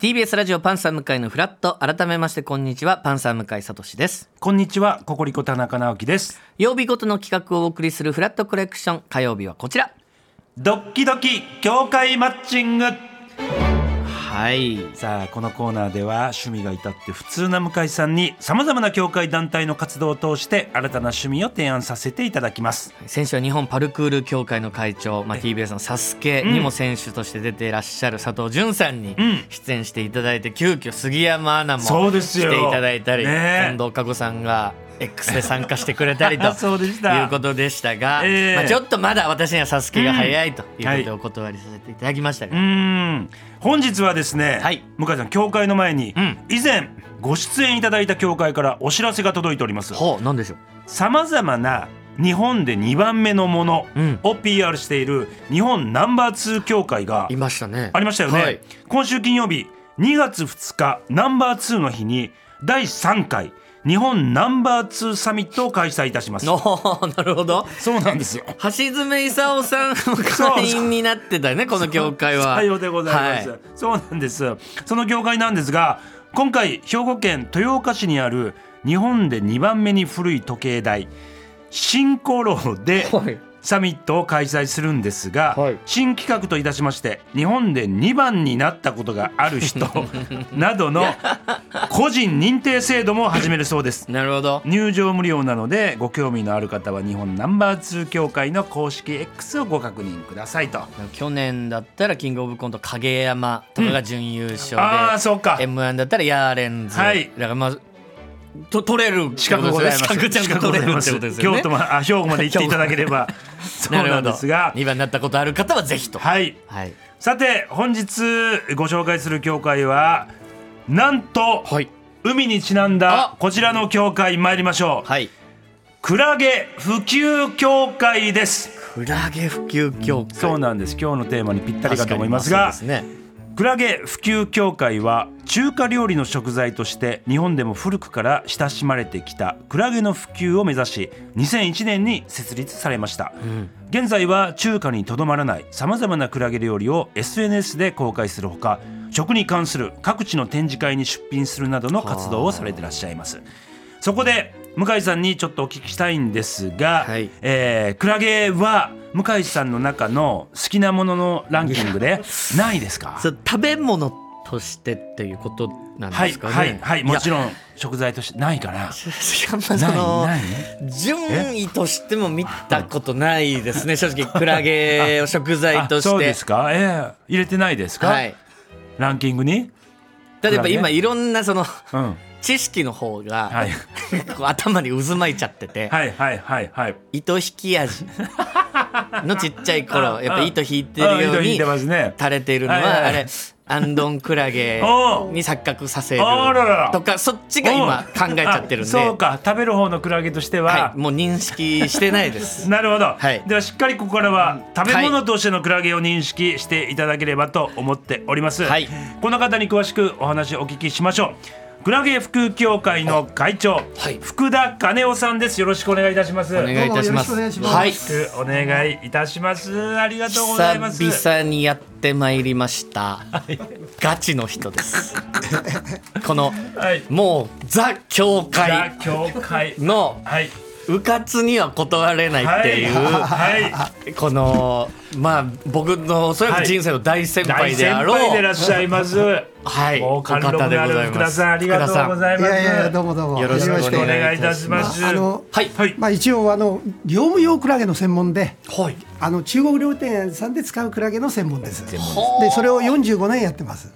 TBS ラジオパンサー向井のフラット、改めましてこんにちは、パンサー向井聡です。 こんにちは、ココリコ田中直樹です。 曜日ごとの企画をお送りするフラットコレクション、火曜日はこちら、 ドッキドキ協会マッチング。 はい、 さあこのコーナーでは趣味が至って普通な向井さんにさまざまな協会団体の活動を通して新たな趣味を提案させていただきます。 先週は日本パルクール協会の会長、TBS のサスケにも選手として出ていらっしゃる佐藤潤さんに出演していただいて、急遽杉山アナも来ていただいたり、近藤佳子さんがX で参加してくれたりとそうでしたいうことでしたが、ちょっとまだ私にはサスケが早いということでお断りさせていただきましたが、 本日はですね、向井さん、協会の前に、以前ご出演いただいた協会からお知らせが届いております。 何でしょう。 さまざまな日本で2番目のものを PR している日本ナンバー2協会がいましたね。 ありましたよね、今週金曜日2月2日ナンバー2の日に第3回日本ナンバー2サミットを開催いたします。 なるほど。 そうなんですよ。 橋爪功さんも会員になってたよね、この協会は。 さようでございます、そうなんです。その協会なんですが、今回兵庫県豊岡市にある日本で2番目に古い時計台新古楼でサミットを開催するんですが、新企画といたしまして日本で2番になったことがある人などの個人認定制度も始めるそうです。 なるほど。 入場無料なのでご興味のある方は日本ナンバー2協会の公式 X をご確認くださいと。 去年だったらキングオブコント影山とかが準優勝で、 そうか、 M1 だったらヤーレンズ、だから取れる資格ございます。 資格ちゃんと取れるってことですよね。 兵庫まで行っていただければそうなんですが、 2番になったことある方はぜひと。 さて本日ご紹介する協会はなんと、海にちなんだこちらの協会参りましょう。クラゲ普及協会です。 クラゲ普及協会、 そうなんです。今日のテーマにぴったりかと思いますが、クラゲ普及協会は中華料理の食材として日本でも古くから親しまれてきたクラゲの普及を目指し2001年に設立されました、現在は中華にとどまらないさまざまなクラゲ料理を SNS で公開するほか、食に関する各地の展示会に出品するなどの活動をされていらっしゃいます。そこで向井さんにちょっとお聞きしたいんですが、クラゲは向井さんの中の好きなもののランキングで何位ですか？ 食べ物としてっていうことなんですかね。 もちろん食材としてないかな。 順位としても見たことないですね、正直。クラゲを食材として。 そうですか、入れてないですか、ランキングに。 例えば今いろんな知識の方が、頭に渦巻いちゃってて、糸引き味のちっちゃい頃やっぱ糸引いてるように垂れているのはあれアンドンクラゲに錯覚させるとか、そっちが今考えちゃってるんで。 そうか、食べる方のクラゲとしては、 もう認識してないですなるほど、ではしっかりここからは食べ物としてのクラゲを認識していただければと思っております、この方に詳しくお話をお聞きしましょう。クラゲ普及協会の会長、福田金夫さんです。よろしくお願いいたします。 お願いいたします。 よろしくお願いいたします。ありがとうございます。 久々にやってまいりました、ガチの人ですこの、もうザ協会のうかつには断れないっていう、この僕のおそらく人生の大先輩であろう、 大先輩でいらっしゃいますもう貫禄のある福田さん、ありがとうございます。 どうもよろしくお願いいたします。 一応業務用クラゲの専門で、中国料店さんで使うクラゲの専門です。でそれを45年やってます。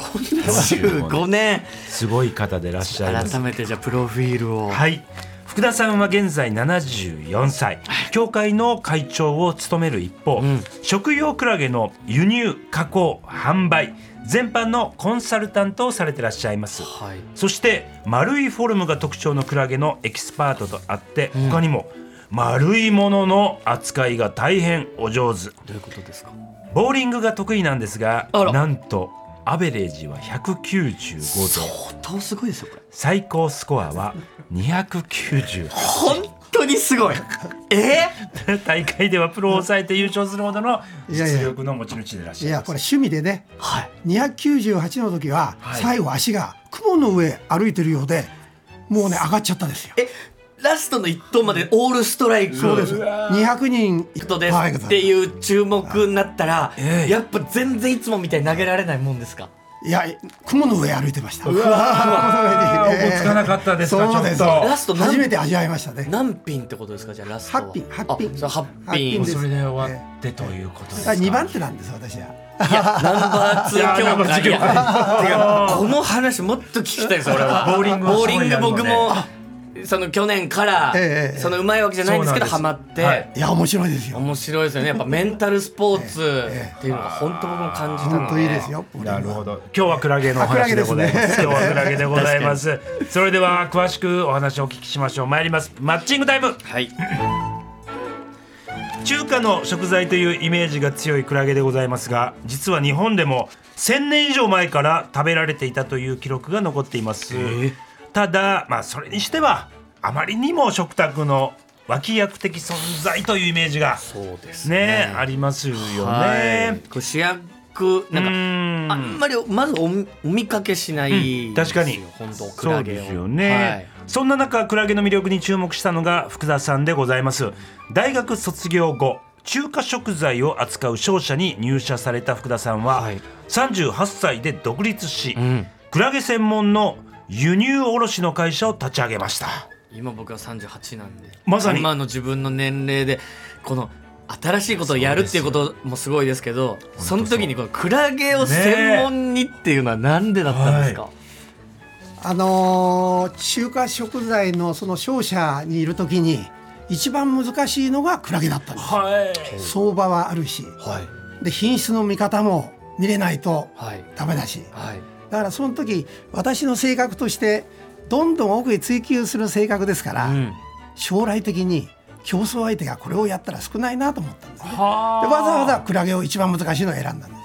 45年すごい方でいらっしゃいます。 改めてじゃあプロフィールを。 福田さんは現在74歳、協会の会長を務める一方、食用クラゲの輸入加工販売全般のコンサルタントをされていらっしゃいます、そして丸いフォルムが特徴のクラゲのエキスパートとあって、他にも丸いものの扱いが大変お上手。 どういうことですか？ ボーリングが得意なんですが、なんとアベレージは195で相当すごいですよこれ。 最高スコアは290。 本当にすごい大会ではプロを抑えて優勝するほどの実力の持ち主でいらっしゃいます。 これ趣味でね、 298の時は最後足が雲の上歩いてるようでもうね上がっちゃったですよ。 ラストの1投までオールストライク、 そうです、200人ですっていう注目になったら、やっぱ全然いつもみたいに投げられないもんですか？ いや、雲の上歩いてました。 うわー、おぼつかなかったですか？ そうです。 ちょっとラスト初めて味わいましたね。 何ピンってことですか？じゃあラストは 8ピン 8ピンです。 それで終わってということですか ？2番手なんです私は。 いや、ナンバー2協会。この話もっと聞きたいです俺は。ボーリング僕もその去年からそのうまいわけじゃないんですけどハマって、 いや面白いですよ。 面白いですよね。やっぱメンタルスポーツっていうのが本当僕も感じたので。 本当いいですよ。 なるほど。今日はクラゲのお話でございます。今日はクラゲでございます。それでは詳しくお話をお聞きしましょう。参ります。マッチングタイム。 はい。 中華の食材というイメージが強いクラゲでございますが、実は日本でも1000年以上前から食べられていたという記録が残っています。ただ、それにしてはあまりにも食卓の脇役的存在というイメージがそうですね、 ありますよね。 はい、これ主役なんかあんまりまず お見かけしないですよ、 確かに本当クラゲを。 そうですよね、そんな中クラゲの魅力に注目したのが福田さんでございます。大学卒業後中華食材を扱う商社に入社された福田さんは、38歳で独立し、クラゲ専門の輸入卸の会社を立ち上げました。 今僕は38なんで、 まさに今の自分の年齢でこの新しいことをやるっていうこともすごいですけど、その時にこのクラゲを専門にっていうのはなんでだったんですか？ 中華食材のその商社にいる時に一番難しいのがクラゲだったんです、相場はあるし、で品質の見方も見れないとダメだし、だからその時私の性格としてどんどん奥へ追求する性格ですから、将来的に競争相手がこれをやったら少ないなと思ったんですね。でわざわざクラゲを一番難しいのを選んだんです。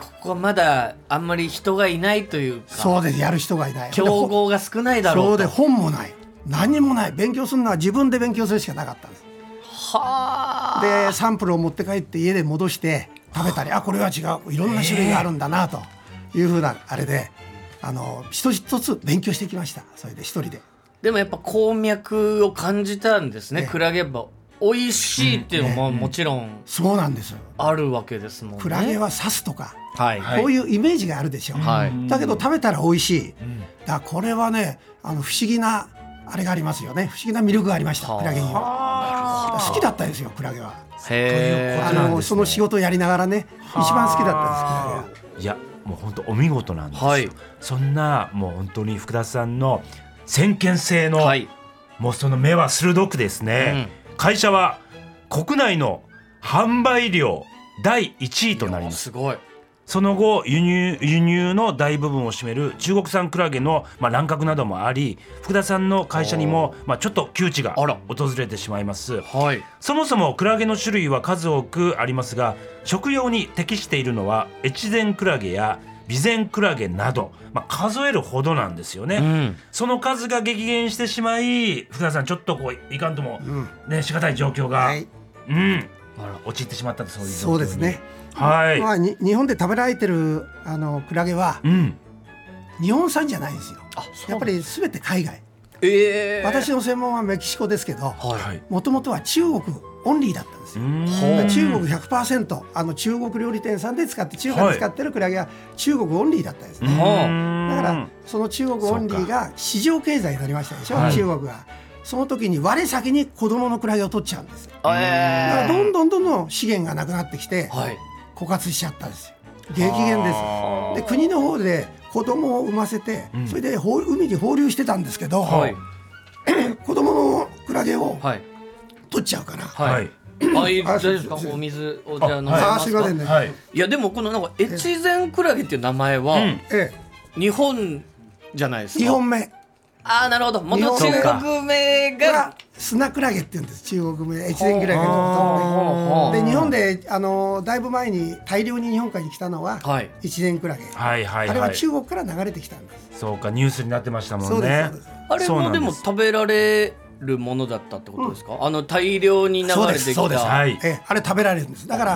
ここはまだあんまり人がいないというか、 そうです、やる人がいない、 競合が少ないだろうと。 そうで本もない、何もない、勉強するのは自分で勉強するしかなかったんです。でサンプルを持って帰って家で戻して食べたり、これは違う、いろんな種類があるんだなというふうなあれで一つ一つ勉強してきました。それで一人で。 でもやっぱ鉱脈を感じたんですね。クラゲやっぱ美味しいっていうのももちろんそうなんです、 あるわけですもんね。 クラゲは刺すとか、こういうイメージがあるでしょ、だけど食べたら美味しい、だからこれはね不思議なあれがありますよね。不思議な魅力がありました、クラゲには。好きだったですよクラゲは。その仕事をやりながらね一番好きだったですクラゲは。 いやもう本当お見事なんですよ、そんなもう本当に福田さんの先見性の、もうその目は鋭くですね、会社は国内の販売量第1位となります。 すごい。 その後輸入の大部分を占める中国産クラゲの、乱獲などもあり、福田さんの会社にも、ちょっと窮地が訪れてしまいます、そもそもクラゲの種類は数多くありますが、食用に適しているのは越前クラゲや備前クラゲなど、数えるほどなんですよね、その数が激減してしまい、福田さんちょっといかんとも、しがたい状況が、陥ってしまったと、そういう状況に。 そうですね、日本で食べられてるクラゲは、日本産じゃないんですよ。やっぱり全て海外。私の専門はメキシコですけど、もともとは中国オンリーだったんですよ。中国 100%、中国料理店さんで使って中華で使ってるクラゲは中国オンリーだったんですね。だからその中国オンリーが市場経済になりましたでしょ、中国が。その時に我先に子供のクラゲを取っちゃうんです。だからどんどん資源がなくなってきて、枯渇しちゃったんですよ。激減です。で国の方で子供を産ませて、それで海に放流してたんですけど、子供のクラゲを取っちゃうから、 大丈夫ですか？お水をじゃあ飲みますか？いやでもこのなんか越前クラゲっていう名前は日本じゃないですか。 日本名。 なるほど。元中国名が砂クラゲって言うんです。中国名越前クラゲので、日本でだいぶ前に大量に日本海に来たのは越前クラゲ、あれは中国から流れてきたんです。 そうか、ニュースになってましたもんね。 あれもでも食べられるものだったってことですか？大量に流れてきた。 そうです、はい、あれ食べられるんです。だから、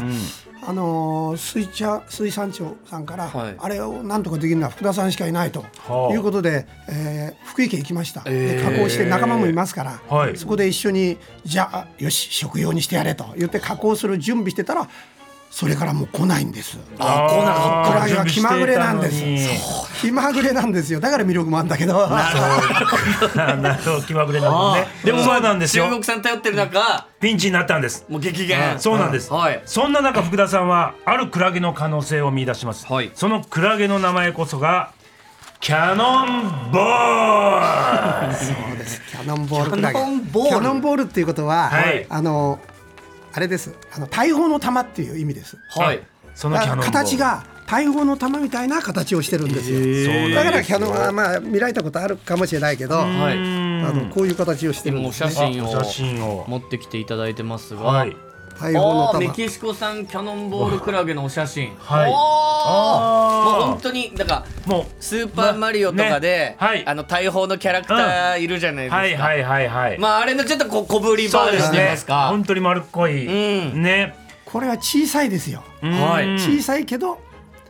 水産庁さんから、あれをなんとかできるのは福田さんしかいないということで、福井県行きました。で加工して仲間もいますから、そこで一緒にじゃあよし食用にしてやれと言って加工する準備してたら、それからもう来ないんです。 来なかった。 クラゲは気まぐれなんです。気まぐれなんですよ。だから魅力もあるんだけど。 なるほど、気まぐれなんですね。でもそうなんですよ。 中国産頼ってる中ピンチになったんです。 もう激減。 そうなんです。そんな中福田さんはあるクラゲの可能性を見出します。そのクラゲの名前こそがキャノンボール。 そうです。キャノンボールクラゲ。キャノンボールっていうことは、あれです。大砲の弾っていう意味です。 そのキャノンボール形が大砲の弾みたいな形をしてるんですよ。だからキャノンは見られたことあるかもしれないけど、こういう形をしてるんですね。 写真を持ってきていただいてますが、大砲の弾。メキシコ産キャノンボールクラゲのお写真。もう本当にだからもうスーパーマリオとかで大砲のキャラクターいるじゃないですか。あれのちょっと小ぶりバージョンですか。 本当に丸っこいね。 これは小さいですよ。小さいけど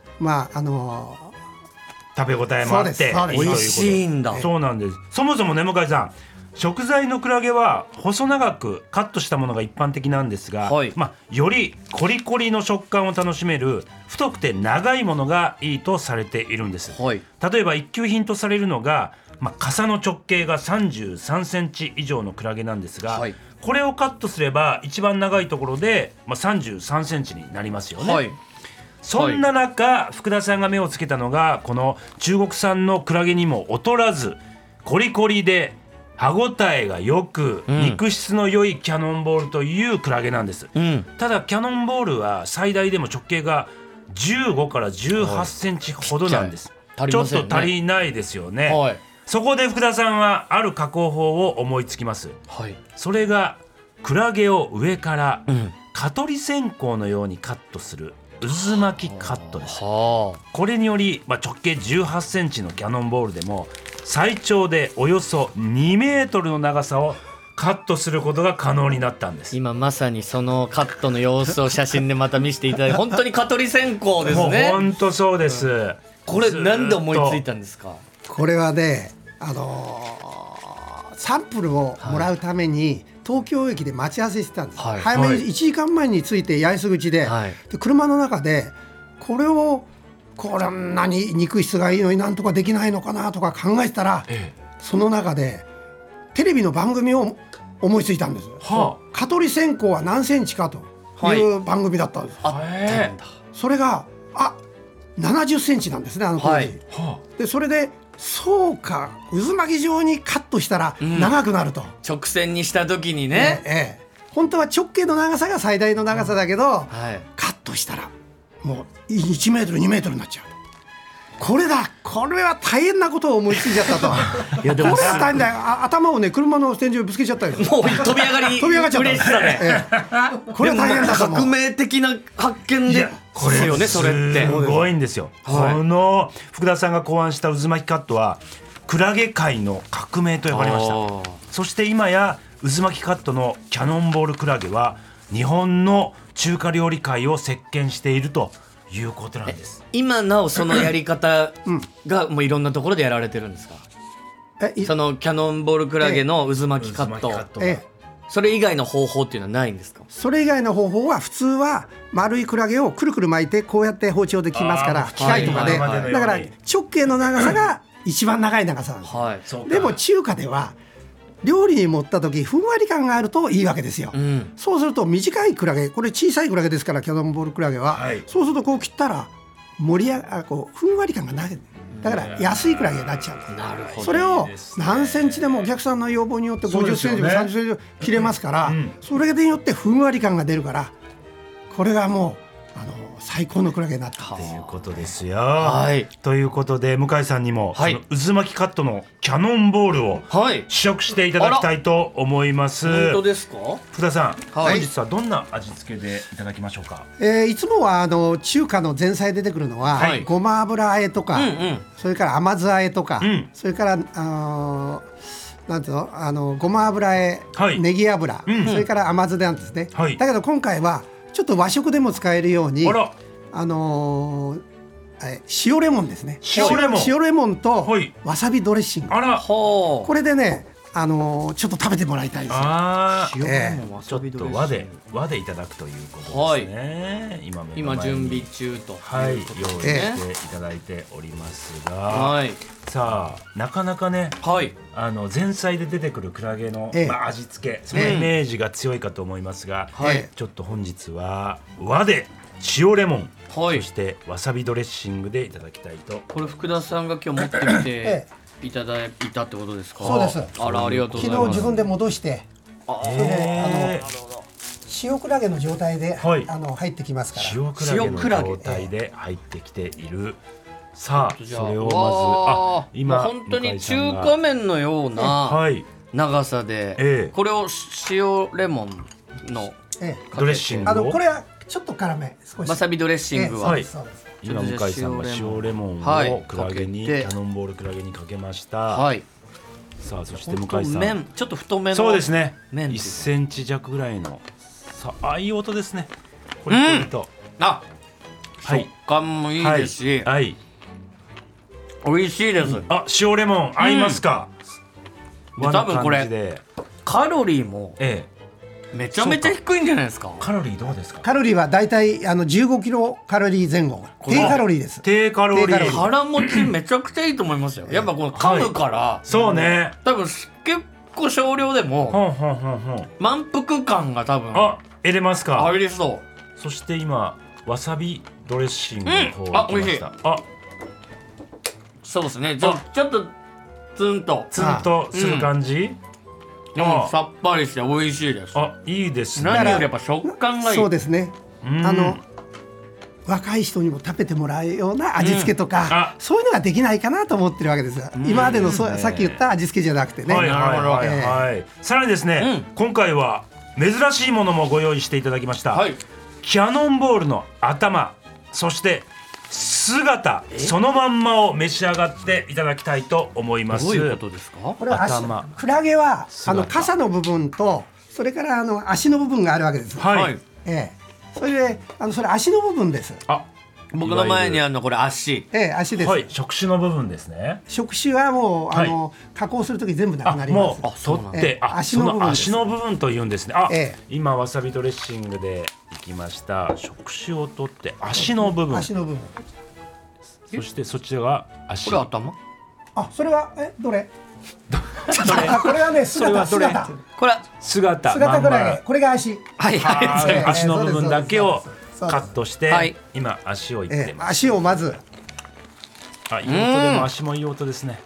食べ応えもあって美味しいんだ。 そうなんです。そもそもね向井さん、食材のクラゲは細長くカットしたものが一般的なんですが、よりコリコリの食感を楽しめる太くて長いものがいいとされているんです。例えば一級品とされるのが、傘の直径が33センチ以上のクラゲなんですが、これをカットすれば一番長いところで、33センチになりますよね。そんな中、福田さんが目をつけたのがこの中国産のクラゲにも劣らずコリコリで歯ごたえがよく、肉質の良いキャノンボールというクラゲなんです。ただキャノンボールは最大でも直径が15から18センチほどなんです。ちょっと足りないですよね。そこで福田さんはある加工法を思いつきます。それがクラゲを上から蚊取り線香のようにカットする渦巻きカットです。これにより、直径18センチのキャノンボールでも最長でおよそ2メートルの長さをカットすることが可能になったんです。 今まさにそのカットの様子を写真でまた見せていただいて本当に蚊取り線香ですね。 本当そうです。 これなんで思いついたんですか？ これはね、サンプルをもらうために、東京駅で待ち合わせしてたんです。早めに1時間前に着いて八重洲口で、車の中でこれ何肉質がいいのになんとかできないのかなとか考えてたら、その中でテレビの番組を思いついたんです。蚊取り線香は何センチかという番組だったんです。それが70センチなんですね、当時。でそれでそうか、渦巻き状にカットしたら長くなると、 直線にした時にね、 本当は直径の長さが最大の長さだけど、カットしたらもう1メートル2メートルになっちゃう。これは大変なことを思いついちゃったと。いやでもこれは大変だよ。頭をね車の天井にぶつけちゃったよ。 もう飛び上がっちゃった。嬉しさね。 これは大変だと思う。 革命的な発見ですよね。それってすごいんですよ。この福田さんが考案した渦巻きカットはクラゲ界の革命と呼ばれました。そして今や渦巻きカットのキャノンボールクラゲは日本の中華料理界を席巻しているということなんです。 今なおそのやり方がもういろんなところでやられてるんですか？そのキャノンボールクラゲの渦巻きカット、それ以外の方法っていうのはないんですか？ それ以外の方法は普通は丸いクラゲをくるくる巻いてこうやって包丁で切りますから、機械とかで、だから直径の長さが一番長い長さなんです。でも中華では料理に盛った時ふんわり感があるといいわけですよ。そうすると短いクラゲ、これ小さいクラゲですからキャノンボールクラゲは、そうするとこう切ったらこうふんわり感がない。だから安いクラゲになっちゃう。 なるほど。 それを何センチでもお客さんの要望によって50センチも30センチ切れますから、それによってふんわり感が出るから、これがもう最高のクラゲになったということですよ。ということで向井さんにも、その渦巻きカットのキャノンボールを試食していただきたいと思います。 本当ですか？ 福田さん、本日はどんな味付けでいただきましょうか？ いつもは中華の前菜出てくるのは、ごま油和えとか、それから甘酢和えとか、それからなんていうの、ごま油へ、ネギ油、それから甘酢なんですね、だけど今回はちょっと和食でも使えるように塩レモンですね。塩レモンとわさびドレッシング、これでねちょっと食べてもらいたいです。 ちょっと和でいただくということですね。 今準備中と用意していただいておりますが、さあなかなかね、前菜で出てくるクラゲの味付け、そのイメージが強いかと思いますが、ちょっと本日は和で塩レモン、そしてわさびドレッシングでいただきたいと。 これ福田さんが今日持ってきていただいたってことですか？ そうです。 ありがとうございます。 昨日自分で戻して、それで塩クラゲの状態で入ってきますから。 塩クラゲの状態で入ってきている。さあそれをまず今本当に中華麺のような長さで、これを塩レモンのドレッシングを、 これはちょっと辛め、少しわさびドレッシングは今向井さんが塩レモンをクラゲに、キャノンボールクラゲにかけました。さあそして向井さん、 ちょっと太めのそうですね、1センチ弱ぐらいの、さあいい音ですね。これと食感もいいですし、美味しいです。 塩レモン合いますか？ 多分これカロリーもめちゃめちゃ低いんじゃないですか？ カロリーどうですか？ カロリーはだいたい15キロカロリー前後、低カロリーです。 低カロリー。 腹持ちめちゃくちゃいいと思いますよ。やっぱこの噛むから、 そうね、 多分結構少量でも満腹感が多分得れますか？ 入りそう。 そして今わさびドレッシングの方が来ました。 そうですね。ちょっとツンとする感じ。 でもさっぱりして美味しいです。 いいですね。 何よりやっぱ食感がいい。 そうですね。若い人にも食べてもらうような味付けとか、そういうのができないかなと思ってるわけです。今までのさっき言った味付けじゃなくてね。 さらにですね、今回は珍しいものもご用意していただきました。キャノンボールの頭、そして姿そのまんまを召し上がっていただきたいと思います。 どういうことですか？ これはクラゲは傘の部分と、それから足の部分があるわけです。それでそれ足の部分です。 僕の前にあるのこれ足。 足です。 触手の部分ですね。 触手はもう加工するとき全部なくなります。 もう取って足の部分というんですね。今わさびドレッシングでいきました。触手を取って足の部分。そしてそちらが足。 これ頭？ それはどれ？これはね、姿。 これは姿クラゲ。これが足。 足の部分だけをカットして、今足をいってます。 足をまず。 いい音でも足もいい音ですね。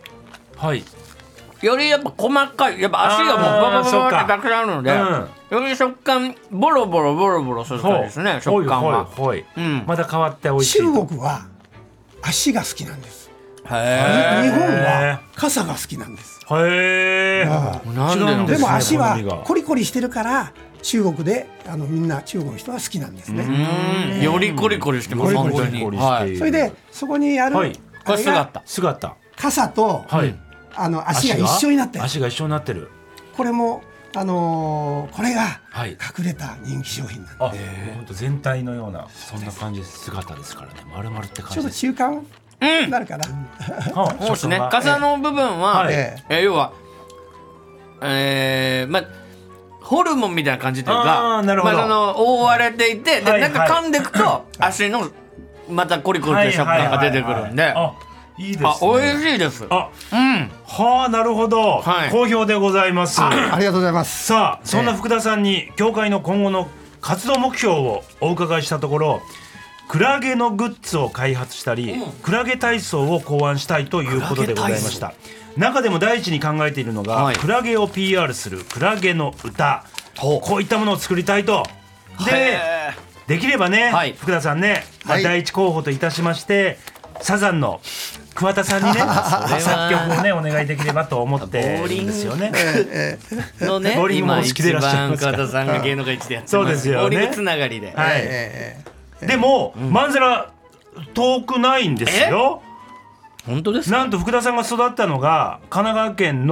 よりやっぱ細かい、やっぱ足がもうババババってたくさんあるので、より食感ボロボロする感じですね。食感はまだ変わって美味しい。 中国は足が好きなんです。日本は傘が好きなんです。でも足はコリコリしてるから中国でみんな中国の人は好きなんですね。 よりコリコリしてます本当に。 それでそこにある姿、 傘と足が一緒になってる。 足が一緒になってる。 これもこれが隠れた人気商品なんで、 本当全体のようなそんな感じです。姿ですからね、丸々って感じ。 ちょっと中間なるかな。 そうですね。傘の部分は要はホルモンみたいな感じというか、覆われていて、でなんか噛んでいくと足のまたコリコリと食感が出てくるんで、 いいですね。 美味しいです。 なるほど。好評でございます。 ありがとうございます。 さあそんな福田さんに協会の今後の活動目標をお伺いしたところ、クラゲのグッズを開発したり、クラゲ体操を考案したいということでございました。中でも第一に考えているのが、クラゲを PR するクラゲの歌、こういったものを作りたいと。できればね、福田さんね、第一候補といたしましてサザンの桑田さんにね作曲をねお願いできればと思ってるんですよね。 のね、 ボーリングも好きでいらっしゃいますから。 桑田さんが芸能界一でやってます。 そうですよね。 ボーリングつながりで。 でもまんざら遠くないんですよ。 本当ですか？ なんと福田さんが育ったのが神奈川県の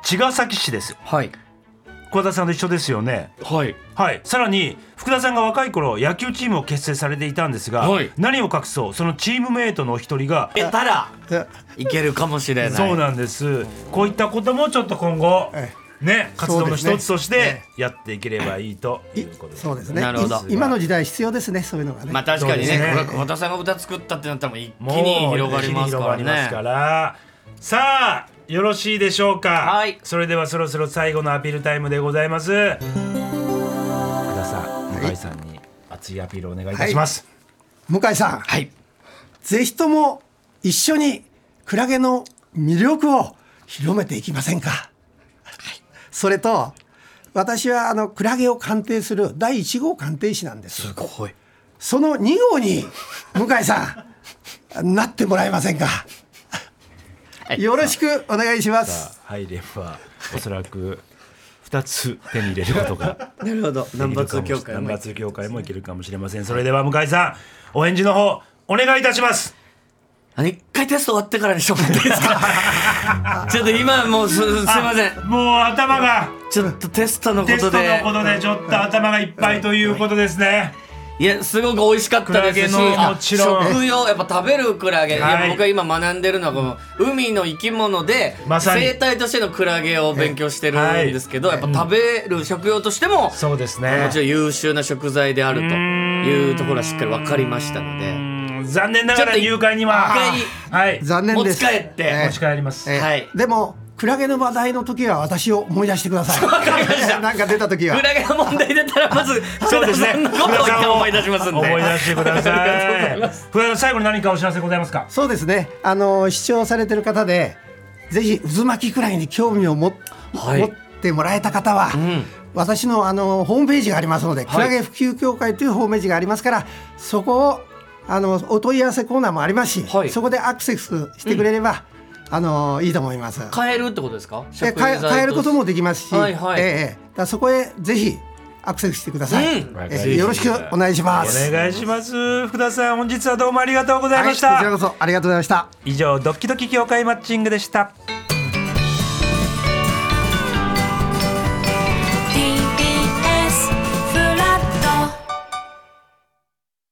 茅ヶ崎市です。はい。小田さんと一緒ですよね。はい、はい、さらに福田さんが若い頃野球チームを結成されていたんですが、はい、何を隠そうそのチームメイトのお一人がいたらいけるかもしれない。 そうなんです。こういったこともちょっと今後ね、活動の一つとしてやっていければいいということです。 そうですね。 なるほど。 今の時代必要ですね、そういうのがね。 まあ確かにね、小田さんが歌作ったってなったらもう一気に広がりますからね。 さあよろしいでしょうか。はい。それではそろそろ最後のアピールタイムでございます。福田さん、向井さんに熱いアピールをお願いいたします。 はい、向井さん、はい、ぜひとも一緒にクラゲの魅力を広めていきませんか。はい、それと私はクラゲを鑑定する第1号鑑定士なんです。 すごい。 その2号に向井さんなってもらえませんか。よろしくお願いします。 入ればおそらく2つ手に入れることがなるほど。ナンバー2協会ナンバー2協会もいけるかもしれません。それでは向井さんお返事の方お願いいたします。 一回テスト終わってからにしようですか。ちょっと今もうすいません。 もう頭がちょっとテストのことでちょっと頭がいっぱいということですね。 いやすごく美味しかったですし、 もちろん食用やっぱ食べるクラゲ、はい、いや僕が今学んでるのはこの海の生き物で生態としてのクラゲを勉強してるんですけど、やっぱ食べる食用としてもそうですね、 もちろん優秀な食材であるというところはしっかり分かりましたので、 残念ながら誘拐にははい、残念です。 持ち帰って持ち帰ります。 はい。 でもクラゲの話題の時は私を思い出してください。 わかりました。 なんか出た時はクラゲの問題出たらまずそうですね。ことを一回思い出しますんで。 思い出してください。福田さん最後に何かお知らせございますか。 そうですね。視聴されてる方でぜひ渦巻きクラゲに興味を持ってもらえた方は、私のホームページがありますので、クラゲ普及協会というホームページがありますから、そこをお問い合わせコーナーもありますし、そこでアクセスしてくれれば。いいと思います。 買えるってことですか。 買えることもできますし、だそこへぜひアクセスしてください。よろしくお願いします。 お願いします。福田さん本日はどうもありがとうございました。 こちらこそありがとうございました。 以上ドッキドキ協会マッチングでした。